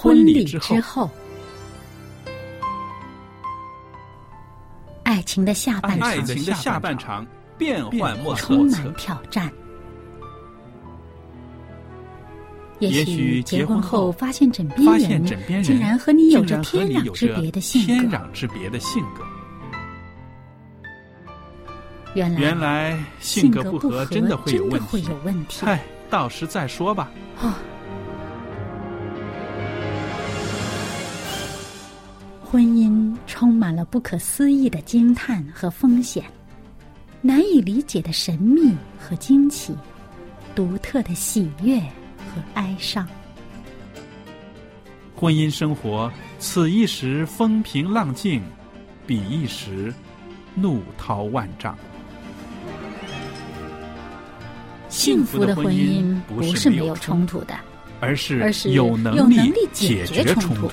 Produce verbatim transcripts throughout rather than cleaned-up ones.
婚礼之后。爱情的下半场， 爱情的下半场变幻莫测， 充满挑战。也许结婚后发现枕边人竟然和你有着天壤之别的性格。 天壤之别的性格。 原来原来性格不合真的会有问题。 会有问题。 嗨，到时再说吧。 哦。婚姻充满了不可思议的惊叹和风险，难以理解的神秘和惊奇，独特的喜悦和哀伤。 婚姻生活，此一时风平浪静，彼一时怒涛万丈。 幸福的婚姻不是没有冲突的， 而是而是有能力解决冲突。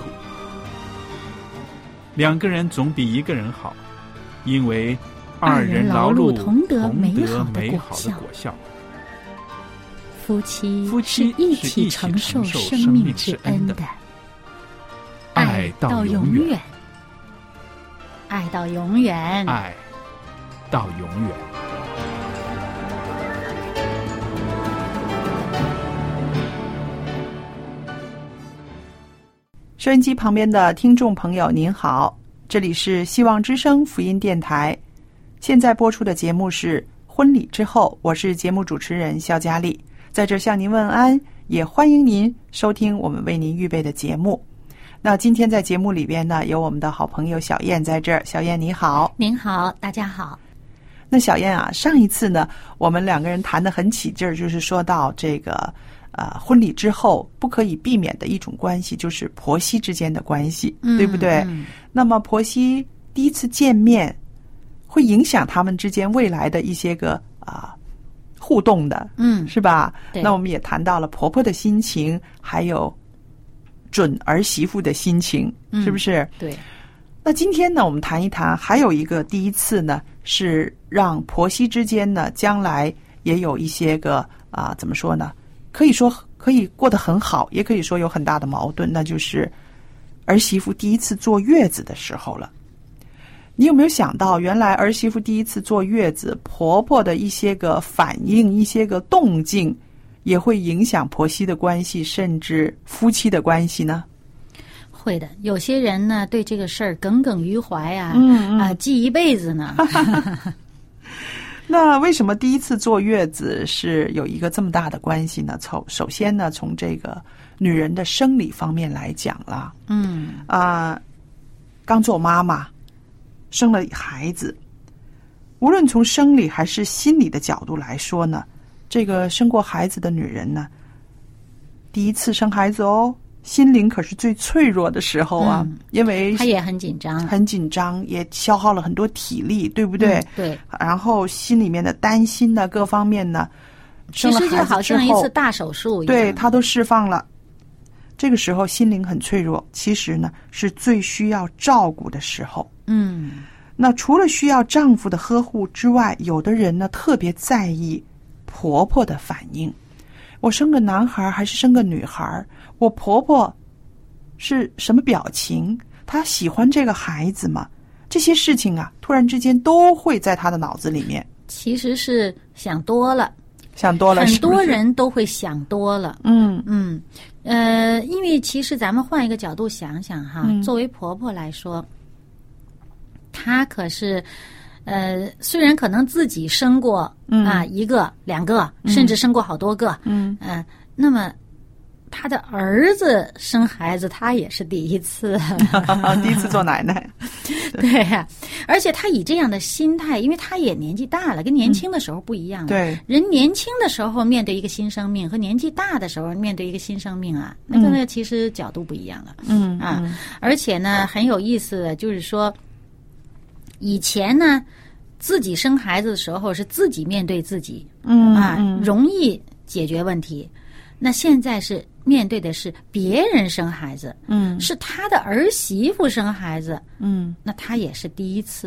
两个人总比一个人好，因为二人劳碌同得美好的果效。 夫妻夫妻是一起承受生命之恩的， 爱到永远， 爱到永远， 爱到永远。 收音机旁边的听众朋友您好，这里是希望之声福音电台，现在播出的节目是婚礼之后，我是节目主持人肖佳丽，在这向您问安，也欢迎您收听我们为您预备的节目。那今天在节目里边呢，有我们的好朋友小燕在这儿。小燕你好。 您好，大家好。 那小燕啊，上一次呢我们两个人谈得很起劲儿，就是说到这个呃，婚礼之后不可以避免的一种关系，就是婆媳之间的关系， 嗯、 对不对、嗯？那么婆媳第一次见面，会影响他们之间未来的一些个啊、呃、互动的， 嗯， 是吧？ 对。 那我们也谈到了婆婆的心情，还有准儿媳妇的心情， 嗯、 是不是？ 对。 那今天呢，我们谈一谈，还有一个第一次呢，是让婆媳之间呢，将来也有一些个啊、呃，怎么说呢？可以说可以过得很好，也可以说有很大的矛盾，那就是儿媳妇第一次坐月子的时候了。你有没有想到，原来儿媳妇第一次坐月子，婆婆的一些个反应、一些个动静，也会影响婆媳的关系，甚至夫妻的关系呢？ 会的，有些人呢对这个事儿耿耿于怀啊， 嗯嗯啊，记一辈子呢。 那为什么第一次坐月子是有一个这么大的关系呢？从首先呢，从这个女人的生理方面来讲了， 嗯啊、呃，刚做妈妈，生了孩子，无论从生理还是心理的角度来说呢，这个生过孩子的女人呢，第一次生孩子哦，心灵可是最脆弱的时候啊， 嗯、 因为她也很紧张， 很紧张，也消耗了很多体力，对不对？ 嗯、对。 然后心里面的担心呢，各方面呢， 其实就好像一次大手术一样， 对，她都释放了。这个时候心灵很脆弱，其实呢是最需要照顾的时候。 嗯， 那除了需要丈夫的呵护之外，有的人呢特别在意婆婆的反应。我生个男孩还是生个女孩，我婆婆是什么表情？她喜欢这个孩子吗？这些事情啊，突然之间都会在她的脑子里面。 其实是想多了， 想多了， 很多人都会想多了。 嗯嗯，呃，因为其实咱们换一个角度想想哈， 嗯、 作为婆婆来说，她可是。呃，虽然可能自己生过、 嗯、 啊一个、两个，甚至生过好多个， 嗯嗯、呃，那么他的儿子生孩子，他也是第一次， 第一次做奶奶， 对呀、啊，而且他以这样的心态，因为他也年纪大了，跟年轻的时候不一样了。 嗯、对， 人年轻的时候面对一个新生命，和年纪大的时候面对一个新生命啊，那个呢其实角度不一样了。 嗯啊，而且呢很有意思的就是说。以前呢，自己生孩子的时候是自己面对自己， 嗯啊， 嗯容易解决问题。那现在是面对的是别人生孩子， 嗯， 是他的儿媳妇生孩子， 嗯， 那他也是第一次，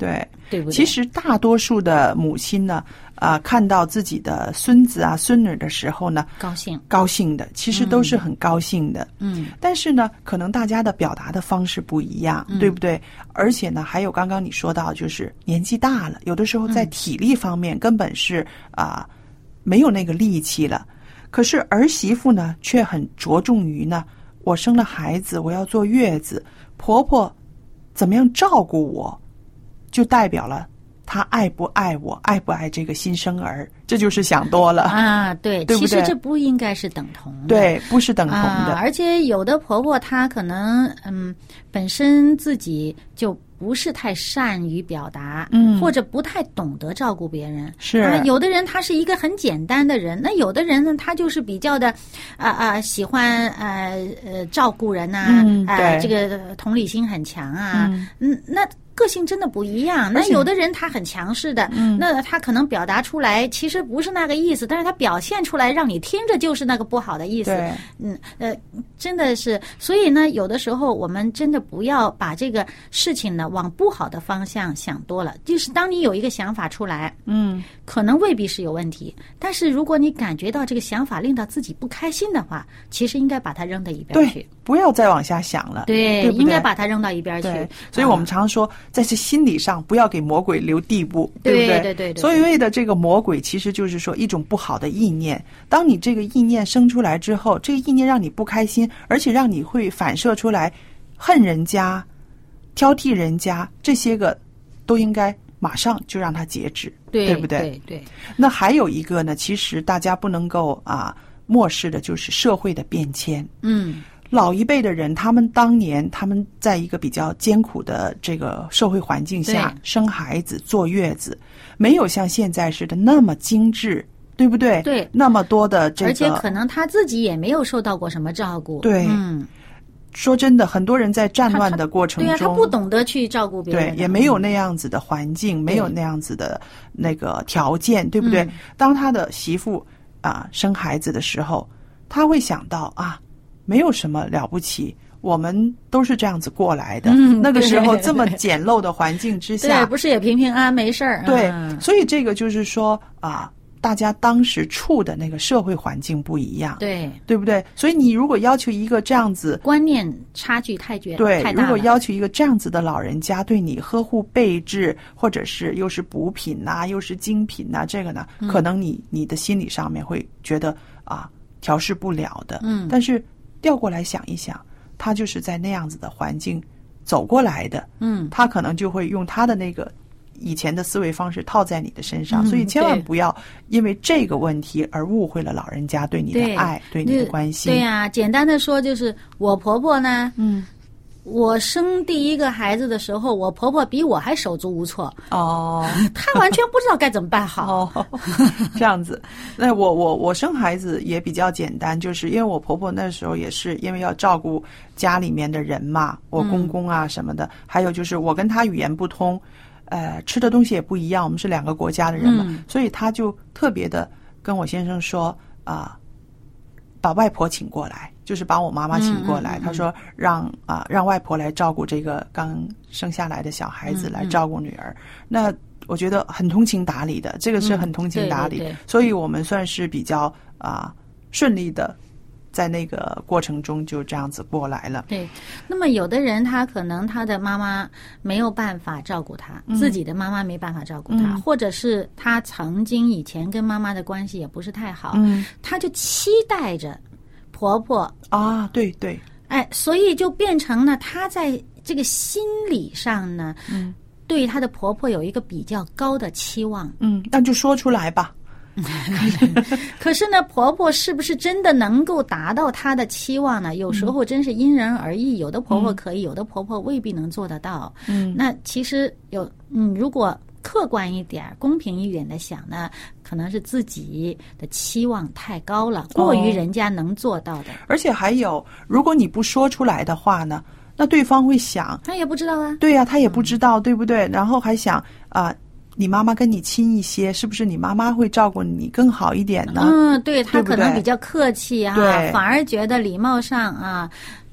对， 对不对？ 其实大多数的母亲呢，啊、呃，看到自己的孙子啊、孙女的时候呢， 高兴， 高兴的，其实都是很高兴的。 嗯， 但是呢，可能大家的表达的方式不一样， 嗯、 对不对？而且呢，还有刚刚你说到，就是年纪大了，有的时候在体力方面根本是啊、呃、没有那个力气了。可是儿媳妇呢，却很着重于呢，我生了孩子，我要坐月子，婆婆怎么样照顾我，就代表了她爱不爱我，爱不爱这个新生儿，这就是想多了啊。对， 对不对？ 其实这不应该是等同的， 对，不是等同的。 啊、而且有的婆婆她可能嗯本身自己就不是太善于表达， 嗯， 或者不太懂得照顾别人。 是、 啊，有的人他是一个很简单的人，那有的人呢，他就是比较的啊啊、呃、喜欢呃呃照顾人呐、啊， 嗯， 呃、 对， 这个同理心很强啊， 嗯， 嗯那。个性真的不一样，那有的人他很强势的， 嗯， 那他可能表达出来其实不是那个意思，但是他表现出来让你听着就是那个不好的意思。 对， 嗯呃，真的是，所以呢，有的时候我们真的不要把这个事情呢往不好的方向想多了。就是当你有一个想法出来， 嗯， 可能未必是有问题，但是如果你感觉到这个想法令到自己不开心的话，其实应该把它扔到一边去， 对，不要再往下想了。 对， 对不对？ 应该把它扔到一边去。 对，所以我们常说，在这心理上不要给魔鬼留地步， 对不对？ 对对对对。 所谓的这个魔鬼，其实就是说一种不好的意念。当你这个意念生出来之后，这个意念让你不开心，而且让你会反射出来恨人家、挑剔人家，这些个都应该马上就让它截止， 对， 对不对？ 对对。 那还有一个呢，其实大家不能够啊漠视的，就是社会的变迁。 嗯。 老一辈的人，他们当年他们在一个比较艰苦的这个社会环境下生孩子、坐月子，没有像现在似的那么精致，对不对？ 对， 那么多的这个， 而且可能他自己也没有受到过什么照顾。 对， 嗯， 说真的，很多人在战乱的过程中， 对啊，他不懂得去照顾别人， 对，也没有那样子的环境，没有那样子的那个条件，对不对？ 嗯、 当他的媳妇啊生孩子的时候，他会想到啊。没有什么了不起，我们都是这样子过来的。 嗯、 那个时候这么简陋的环境之下， 对，不是也平平安安没事儿。 对、 嗯， 所以这个就是说啊，大家当时处的那个社会环境不一样， 对， 对不对？所以你如果要求一个这样子， 观念差距太绝对， 太大了。 如果要求一个这样子的老人家对你呵护备至，或者是又是补品呐、啊，又是精品呐、啊，这个呢， 嗯、 可能你你的心理上面会觉得啊调试不了的。 嗯， 但是。调过来想一想，他就是在那样子的环境走过来的， 嗯， 他可能就会用他的那个以前的思维方式套在你的身上， 嗯、 所以千万不要因为这个问题而误会了老人家对你的爱，对, 对你的关心。 对呀、啊，简单的说就是我婆婆呢， 嗯。 我生第一个孩子的时候，我婆婆比我还手足无措哦， 她完全不知道该怎么办好。 哦，这样子。那我我我生孩子也比较简单，就是因为我婆婆那时候也是因为要照顾家里面的人嘛，我公公啊什么的，嗯、还有就是我跟她语言不通，呃，吃的东西也不一样，我们是两个国家的人嘛， 嗯、 所以她就特别的跟我先生说啊、呃，把外婆请过来。就是把我妈妈请过来， 嗯嗯嗯他说让啊、呃、让外婆来照顾这个刚生下来的小孩子， 嗯嗯来照顾女儿。那我觉得很通情达理的，这个是很通情达理， 嗯、对对对， 所以我们算是比较啊、呃、顺利的，在那个过程中就这样子过来了。 对，那么有的人他可能他的妈妈没有办法照顾他， 嗯、 自己的妈妈没办法照顾他， 嗯、 或者是他曾经以前跟妈妈的关系也不是太好， 嗯、 他就期待着婆婆啊，对对， 哎，所以就变成了她在这个心理上呢， 嗯， 对她的婆婆有一个比较高的期望， 嗯，那就说出来吧。 可是呢，婆婆是不是真的能够达到她的期望呢？有时候真是因人而异，有的婆婆可以，有的婆婆未必能做得到。 嗯， 那其实有，嗯，如果客观一点、公平一点的想呢，可能是自己的期望太高了，过于人家能做到的。 而且还有，如果你不说出来的话呢，那对方会想， 他也不知道啊。 对呀、啊，他也不知道，嗯、对不对？然后还想啊。呃你妈妈跟你亲一些，是不是你妈妈会照顾你更好一点呢？ 嗯，对，她可能对对比较客气啊， 对， 反而觉得礼貌上啊，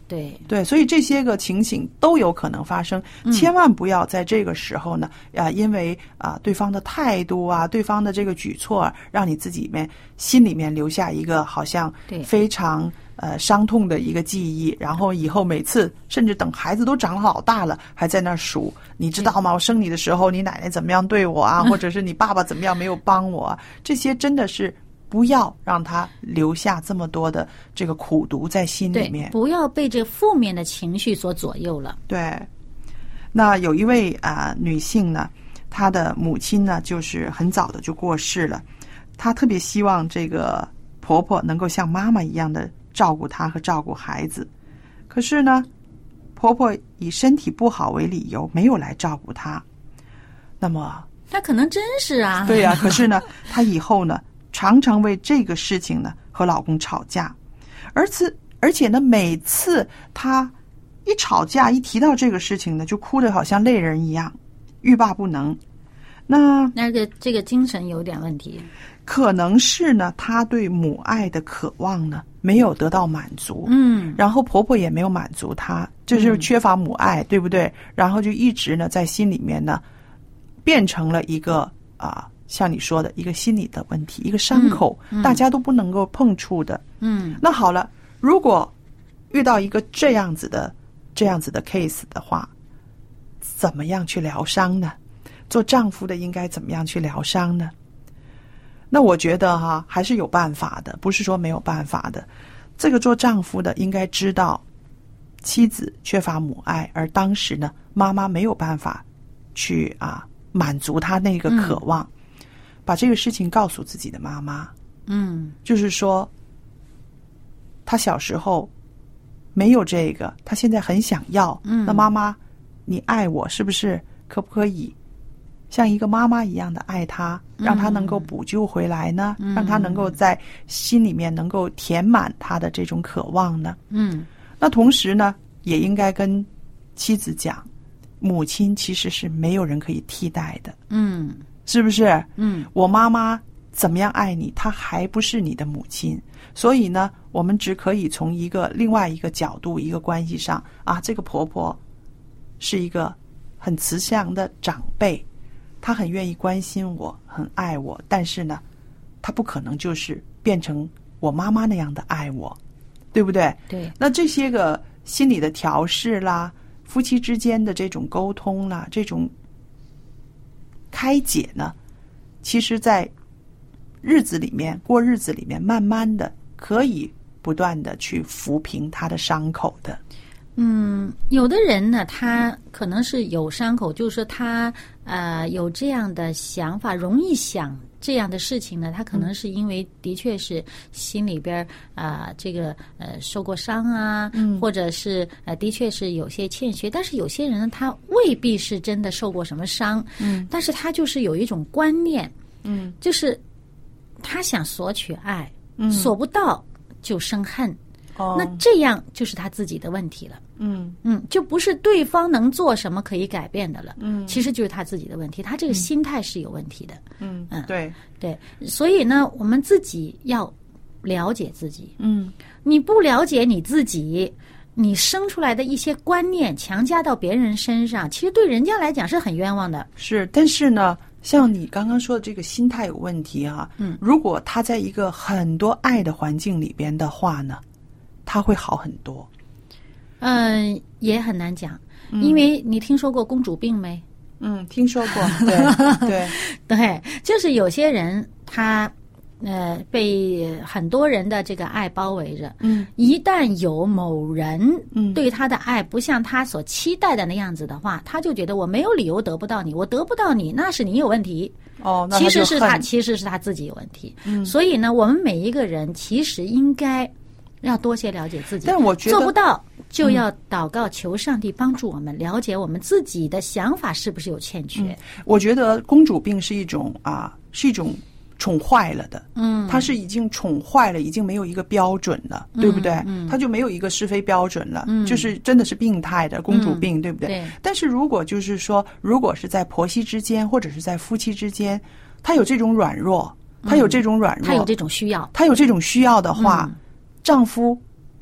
对对，所以这些个情形都有可能发生，嗯、千万不要在这个时候呢，啊，因为啊对方的态度啊，对方的这个举措、啊，让你自己面心里面留下一个好像非常呃伤痛的一个记忆，然后以后每次甚至等孩子都长老大了，还在那数，你知道吗？我生你的时候，你奶奶怎么样对我啊，或者是你爸爸怎么样没有帮我啊，这些真的是。不要让他留下这么多的这个苦毒在心里面， 不要被这负面的情绪所左右了。 对，那有一位啊、呃、女性呢，她的母亲呢就是很早的就过世了，她特别希望这个婆婆能够像妈妈一样的照顾她和照顾孩子，可是呢，婆婆以身体不好为理由没有来照顾她。那么她可能真是啊， 对呀、啊，可是呢，她以后呢？常常为这个事情呢和老公吵架，而此而且呢每次她一吵架一提到这个事情呢，就哭得好像泪人一样，欲罢不能。那那个这个精神有点问题， 可能是呢她对母爱的渴望呢没有得到满足， 嗯， 然后婆婆也没有满足她，这就是缺乏母爱，嗯、对不对？然后就一直呢在心里面呢变成了一个啊。像你说的一个心理的问题，一个伤口、嗯嗯、大家都不能够碰触的。嗯，那好了，如果遇到一个这样子的这样子的 case 的话，怎么样去疗伤呢？做丈夫的应该怎么样去疗伤呢？那我觉得哈还是有办法的，不是说没有办法的。这个做丈夫的应该知道妻子缺乏母爱，而当时呢妈妈没有办法去啊满足她那个渴望。嗯，把这个事情告诉自己的妈妈，嗯，就是说，他小时候没有这个，他现在很想要，嗯，那妈妈，你爱我是不是？可不可以像一个妈妈一样的爱他，让他能够补救回来呢？嗯、让他能够在心里面能够填满他的这种渴望呢？嗯，那同时呢，也应该跟妻子讲，母亲其实是没有人可以替代的，嗯。是不是？嗯，我妈妈怎么样爱你，她还不是你的母亲。所以呢，我们只可以从一个另外一个角度、一个关系上啊，这个婆婆是一个很慈祥的长辈，她很愿意关心我，很爱我，但是呢，她不可能就是变成我妈妈那样的爱我，对不对？ 对。 那这些个心理的调试啦，夫妻之间的这种沟通啦，这种开解呢，其实在日子里面过日子里面慢慢的可以不断的去抚平他的伤口的。 嗯，有的人呢他可能是有伤口，就是说他呃有这样的想法，容易想这样的事情呢，他可能是因为的确是心里边啊、呃、这个呃受过伤啊，嗯、或者是呃的确是有些欠缺，但是有些人呢他未必是真的受过什么伤，嗯，但是他就是有一种观念，嗯，就是他想索取爱，嗯，索不到就生恨。哦、那这样就是他自己的问题了，嗯嗯，就不是对方能做什么可以改变的了，嗯，其实就是他自己的问题，他这个心态是有问题的， 嗯嗯，对对，所以呢，我们自己要了解自己，嗯，你不了解你自己，你生出来的一些观念强加到别人身上，其实对人家来讲是很冤枉的， 是，但是呢。像你刚刚说的这个心态有问题啊，嗯，如果他在一个很多爱的环境里边的话呢，他会好很多。 嗯，也很难讲，嗯、因为你听说过公主病没？ 嗯，听说过，对对对，就是有些人他呃被很多人的这个爱包围着，嗯，一旦有某人对他的爱不像他所期待的那样子的话，他就觉得我没有理由得不到你，我得不到你，那是你有问题。 哦，那其实是他，其实是他自己有问题。嗯，所以呢，我们每一个人其实应该要多些了解自己。 但我觉得做不到，就要祷告求上帝帮助我们了解我们自己的想法是不是有欠缺。嗯、 我觉得公主病是一种啊，是一种。宠坏了的，嗯，他是已经宠坏了，已经没有一个标准了，嗯、对不对？嗯，他就没有一个是非标准了，嗯，就是真的是病态的公主病，嗯、对不对？ 对。 但是如果就是说，如果是在婆媳之间，或者是在夫妻之间，他有这种软弱，他有这种软弱， 他有这种需要， 他有这种需要的话，嗯、丈夫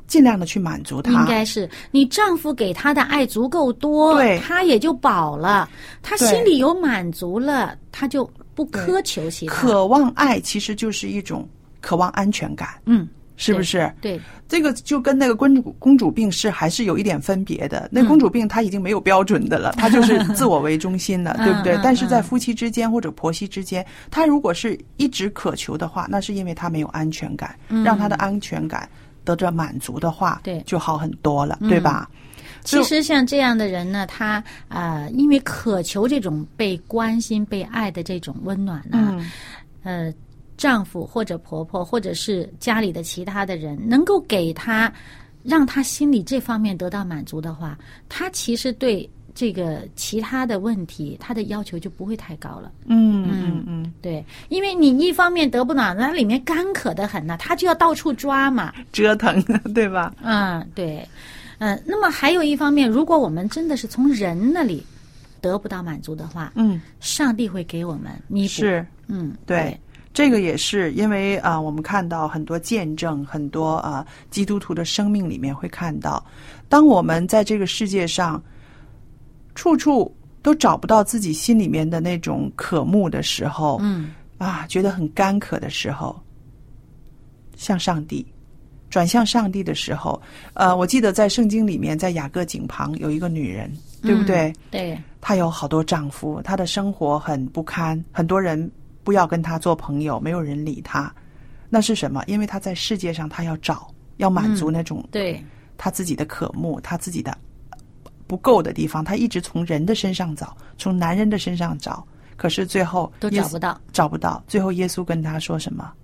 尽量的去满足他。 应该是你丈夫给她的爱足够多， 对， 她也就饱了，她心里有满足了，她就不苛求其他。 渴望爱其实就是一种渴望安全感， 嗯， 是不是？ 对，对， 这个就跟那个公主公主病是还是有一点分别的。那公主病她已经没有标准的了，她、嗯、就是自我为中心了，对不对？ 嗯、 但是在夫妻之间或者婆媳之间，她如果是一直渴求的话，那是因为她没有安全感，嗯、让她的安全感得着满足的话， 对， 就好很多了，对吧？ 嗯、其实像这样的人呢，他啊、呃，因为渴求这种被关心、被爱的这种温暖呢，嗯、呃。丈夫或者婆婆或者是家里的其他的人能够给他让他心里这方面得到满足的话，他其实对这个其他的问题他的要求就不会太高了。 嗯嗯嗯， 对，因为你一方面得不到，那里面干渴得很呢，他就要到处抓嘛， 折腾，对吧？ 嗯，对，嗯、呃，那么还有一方面，如果我们真的是从人那里得不到满足的话， 嗯， 上帝会给我们弥补。 是， 嗯， 对。 对， 这个也是因为啊、呃，我们看到很多见证，很多啊、呃、基督徒的生命里面会看到，当我们在这个世界上处处都找不到自己心里面的那种渴慕的时候， 嗯啊，觉得很干渴的时候，向上帝转向上帝的时候，呃，我记得在圣经里面，在雅各井旁有一个女人，对不对？ 嗯、对， 她有好多丈夫，她的生活很不堪，很多人不要跟他做朋友，没有人理他，那是什么？因为他在世界上，他要找，要满足那种对他自己的渴慕，他自己的不够的地方，他一直从人的身上找，从男人的身上找，可是最后都找不到， 找不到。最后耶稣跟他说什么？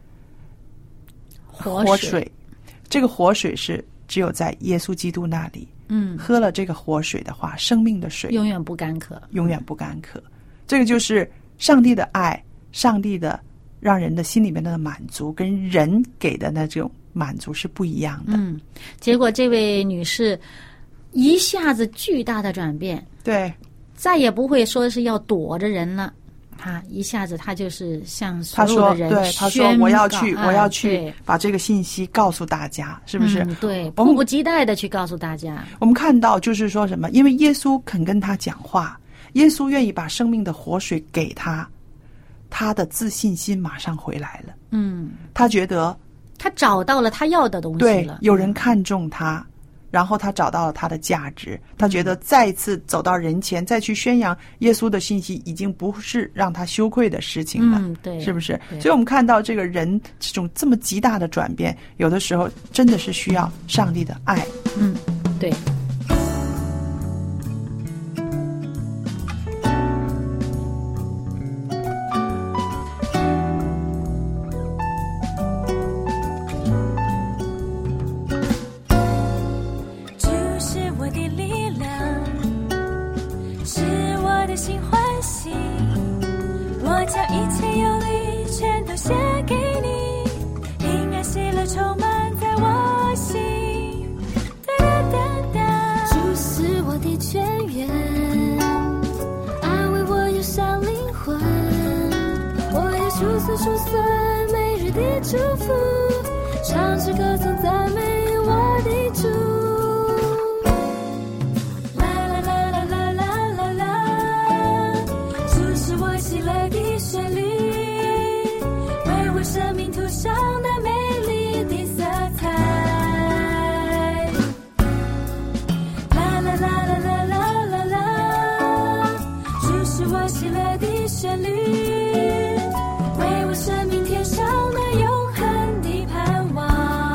活水， 活水，这个活水是只有在耶稣基督那里， 嗯， 喝了这个活水的话，生命的水永远不干渴， 永远不干渴。这个就是上帝的爱。上帝的让人的心里面的满足跟人给的那种满足是不一样的。 嗯，结果这位女士一下子巨大的转变， 对， 再也不会说是要躲着人了。她一下子她就是向所有的人对她说我要去，我要去把这个信息告诉大家，是不是？ 嗯、对，迫不及待的去告诉大家。 我们看到就是说什么？因为耶稣肯跟他讲话，耶稣愿意把生命的活水给他。他的自信心马上回来了。 嗯， 他觉得他找到了他要的东西对了。 有人看中他、嗯，然后他找到了他的价值。他觉得再一次走到人前，再去宣扬耶稣的信息，已经不是让他羞愧的事情了。 嗯，对， 是不是？所以我们看到这个人这种这么极大的转变，有的时候真的是需要上帝的爱。 嗯，对。 数算每日的祝福，唱诗歌颂赞美我的主。啦啦啦啦啦啦啦啦，主是我喜乐的旋律，为我生命涂上那美丽的色彩。啦啦啦啦啦啦啦啦，主是我喜乐的旋律。生命添上那永恒的盼望。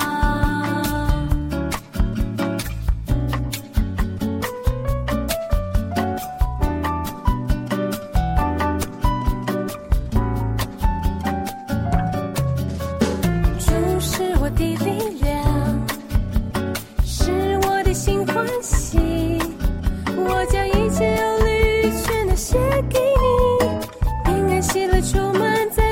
主是我的力量，是我的心欢喜，我将一切忧虑全都写给你，平安喜乐充满在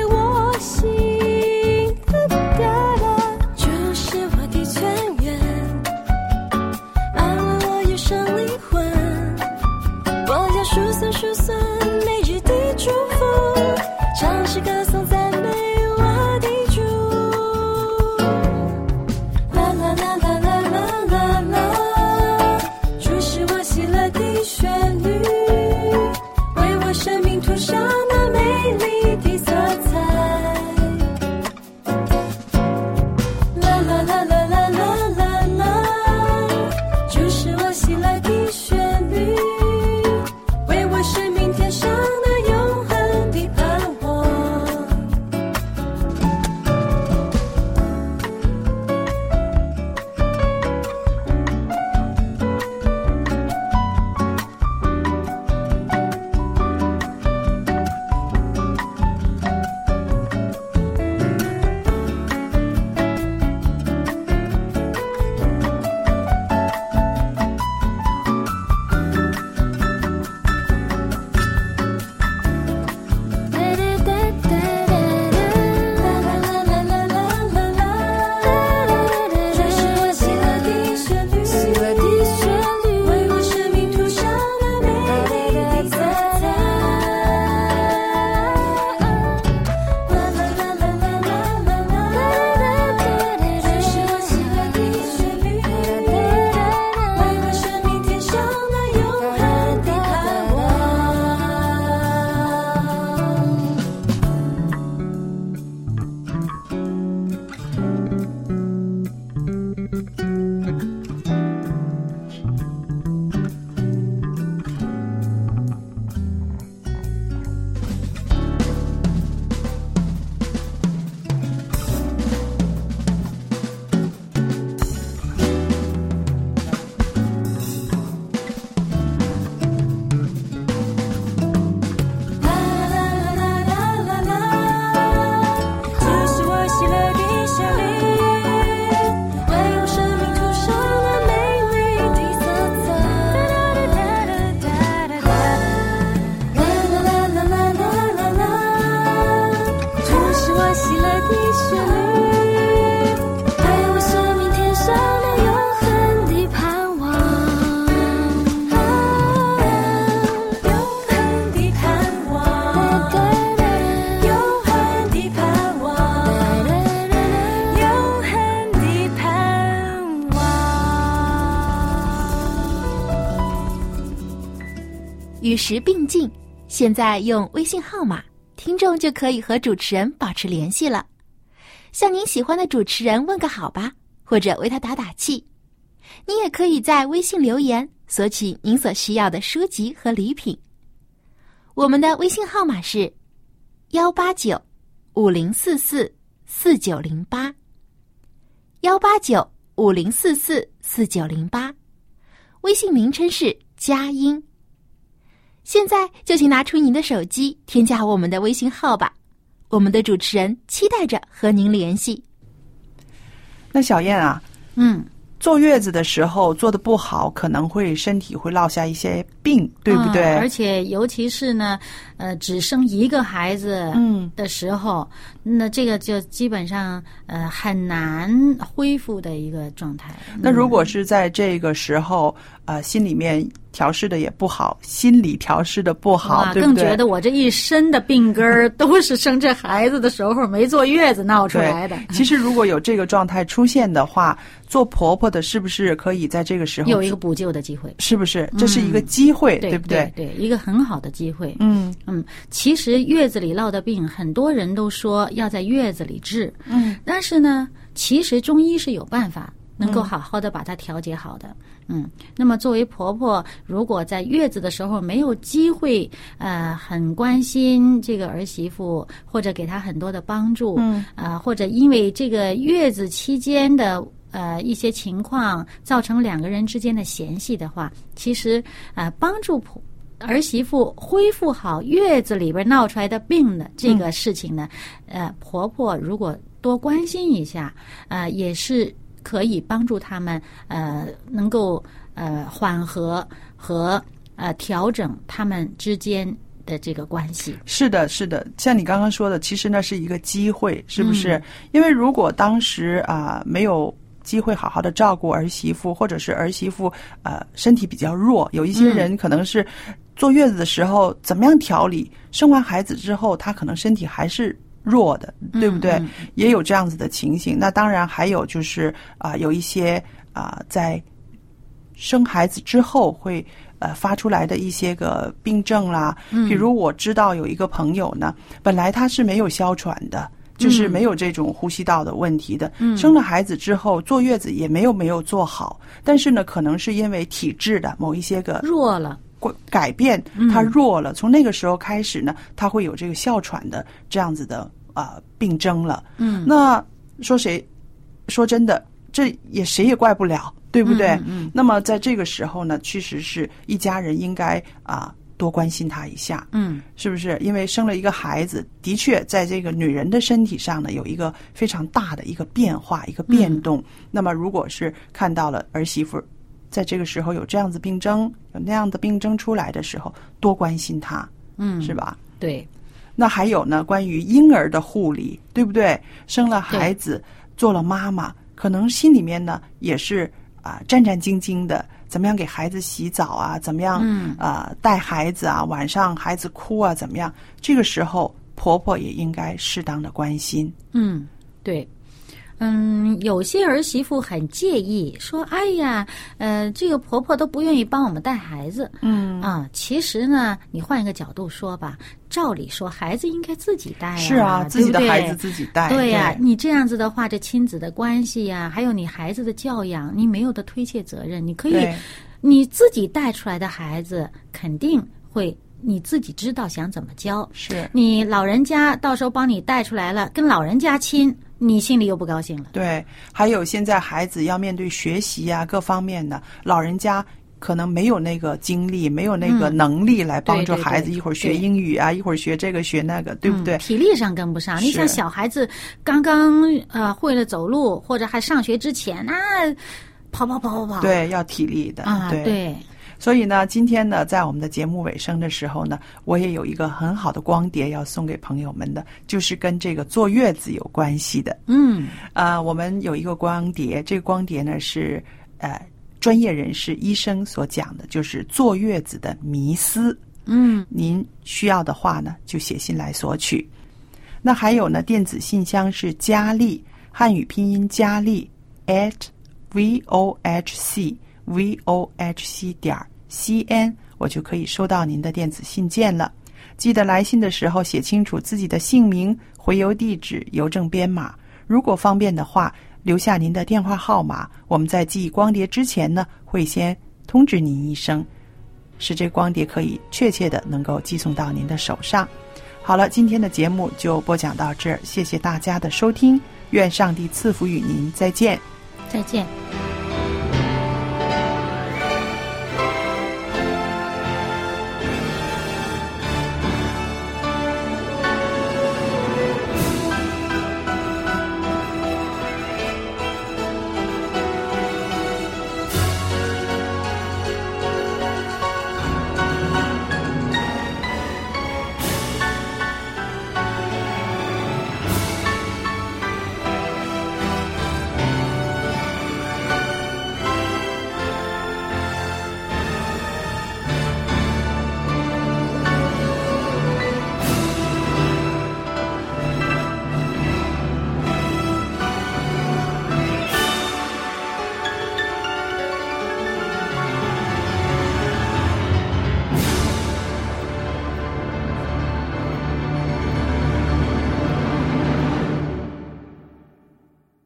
数算每日的祝福，唱诗歌颂赞美我的主。啦啦啦啦啦与时并进，现在用微信号码，听众就可以和主持人保持联系了。向您喜欢的主持人问个好吧，或者为他打打气。你也可以在微信留言索取您所需要的书籍和礼品。我们的微信号码是幺八九五零四四四九零八，幺八九五零四四四九零八，微信名称是佳音。现在就请拿出您的手机，添加我们的微信号吧。我们的主持人期待着和您联系。 那小燕啊， 嗯。 坐月子的时候做得不好，可能会身体会落下一些病，对不对？ 嗯、而且尤其是呢，呃，只生一个孩子的时候，嗯、那这个就基本上呃很难恢复的一个状态。 那如果是在这个时候，呃，心里面调试的也不好，心理调试的不好，对不对？ 更觉得我这一身的病根儿都是生这孩子的时候没坐月子闹出来的。 其实如果有这个状态出现的话，做婆婆的是不是可以在这个时候有一个补救的机会？ 是不是？这是一个机会， 嗯、 对不对？ 对，对，一个很好的机会。 嗯嗯，其实月子里落的病，很多人都说要在月子里治。 嗯， 但是呢，其实中医是有办法能够好好的把它调节好的。嗯，那么作为婆婆，如果在月子的时候没有机会，呃，很关心这个儿媳妇，或者给她很多的帮助， 嗯， 啊、呃，或者因为这个月子期间的呃一些情况造成两个人之间的嫌隙的话，其实呃帮助婆儿媳妇恢复好月子里边闹出来的病的这个事情呢，嗯、呃，婆婆如果多关心一下，呃，也是可以帮助他们呃能够呃缓和和呃调整他们之间的这个关系。 是的，是的，像你刚刚说的，其实那是一个机会，是不是？ 嗯、 因为如果当时啊、呃、没有机会好好的照顾儿媳妇，或者是儿媳妇呃身体比较弱，有一些人可能是坐月子的时候怎么样调理，生完孩子之后他可能身体还是弱的，对不对？ 嗯嗯、 也有这样子的情形。那当然还有就是啊、呃，有一些啊、呃、在生孩子之后会呃发出来的一些个病症啦， 嗯、 比如我知道有一个朋友呢，本来他是没有哮喘的，就是没有这种呼吸道的问题的， 嗯、 生了孩子之后坐月子也没有没有做好，但是呢可能是因为体质的某一些个弱了改变，他弱了，嗯、从那个时候开始呢，他会有这个哮喘的这样子的啊、呃、病症了。 嗯， 那说谁说真的，这也谁也怪不了，对不对？ 嗯嗯、 那么在这个时候呢，确实是一家人应该啊、呃、多关心他一下， 嗯， 是不是？因为生了一个孩子，的确在这个女人的身体上呢有一个非常大的一个变化，一个变动。嗯、那么如果是看到了儿媳妇在这个时候有这样子病症，有那样的病症出来的时候，多关心他， 嗯， 是吧？ 对。 那还有呢，关于婴儿的护理，对不对？生了孩子，做了妈妈，可能心里面呢也是啊、呃、战战兢兢的，怎么样给孩子洗澡啊？怎么样嗯啊、呃、带孩子啊？晚上孩子哭啊，怎么样？这个时候婆婆也应该适当的关心。 嗯，对。嗯，有些儿媳妇很介意，说：“哎呀，呃，这个婆婆都不愿意帮我们带孩子。” 嗯啊，其实呢，你换一个角度说吧，照理说孩子应该自己带呀， 是啊，自己的孩子自己带。 对呀、啊， 对你这样子的话，这亲子的关系呀、啊，还有你孩子的教养，你没有的推卸责任。你可以，你自己带出来的孩子肯定会。你自己知道想怎么教， 是你老人家到时候帮你带出来了，跟老人家亲，你心里又不高兴了。 对，还有现在孩子要面对学习啊，各方面的，老人家可能没有那个精力，没有那个能力来帮助孩子， 嗯、 一会儿学英语啊，一会儿学这个学那个，对不对？ 嗯、体力上跟不上。你像小孩子刚刚呃会了走路，或者还上学之前啊，跑跑跑跑跑， 对，要体力的啊， 对。 对所以呢，今天呢，在我们的节目尾声的时候呢，我也有一个很好的光碟要送给朋友们的，就是跟这个坐月子有关系的。 嗯， 啊、呃，我们有一个光碟，这个光碟呢是呃专业人士医生所讲的，就是坐月子的迷思。 嗯， 您需要的话呢，就写信来索取。那还有呢，电子信箱是佳丽，汉语拼音佳丽 at vohc vohc 点 c n， 我就可以收到您的电子信件了。记得来信的时候写清楚自己的姓名、回邮地址、邮政编码。如果方便的话，留下您的电话号码，我们在寄光碟之前呢，会先通知您一声，使这光碟可以确切的能够寄送到您的手上。好了，今天的节目就播讲到这儿，谢谢大家的收听，愿上帝赐福与您，再见。 再见。